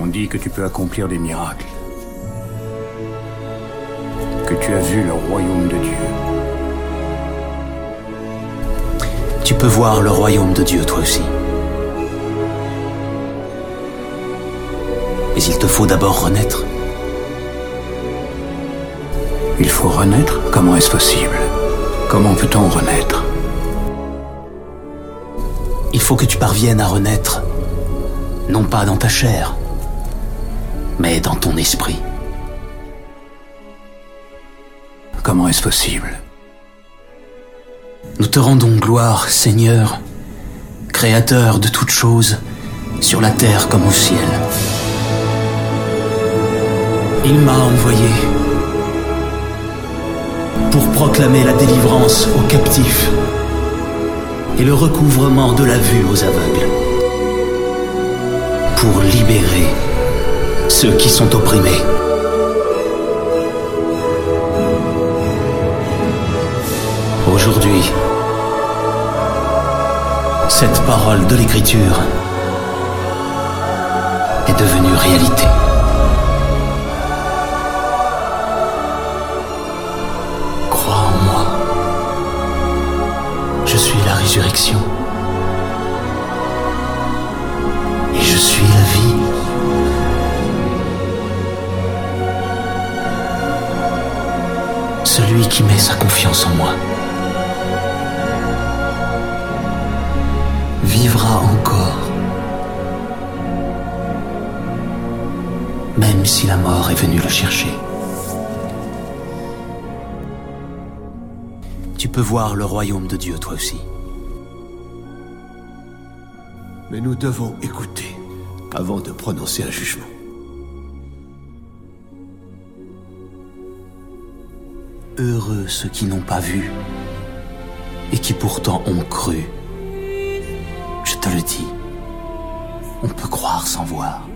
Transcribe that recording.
On dit que tu peux accomplir des miracles. Que tu as vu le royaume de Dieu. Tu peux voir le royaume de Dieu, toi aussi. Mais il te faut d'abord renaître. Il faut renaître? Comment est-ce possible? Comment peut-on renaître? Il faut que tu parviennes à renaître, non pas dans ta chair, mais dans ton esprit. Comment est-ce possible? Nous te rendons gloire, Seigneur, Créateur de toutes choses, sur la terre comme au ciel. Il m'a envoyé pour proclamer la délivrance aux captifs et le recouvrement de la vue aux aveugles, pour libérer ceux qui sont opprimés. Aujourd'hui, cette parole de l'Écriture est devenue réalité. Crois en moi. Je suis la résurrection. Et je suis la vie. Celui qui met sa confiance en moi vivra encore, même si la mort est venue le chercher. Tu peux voir le royaume de Dieu, toi aussi. Mais nous devons écouter avant de prononcer un jugement. Heureux ceux qui n'ont pas vu et qui pourtant ont cru. Je te le dis, on peut croire sans voir.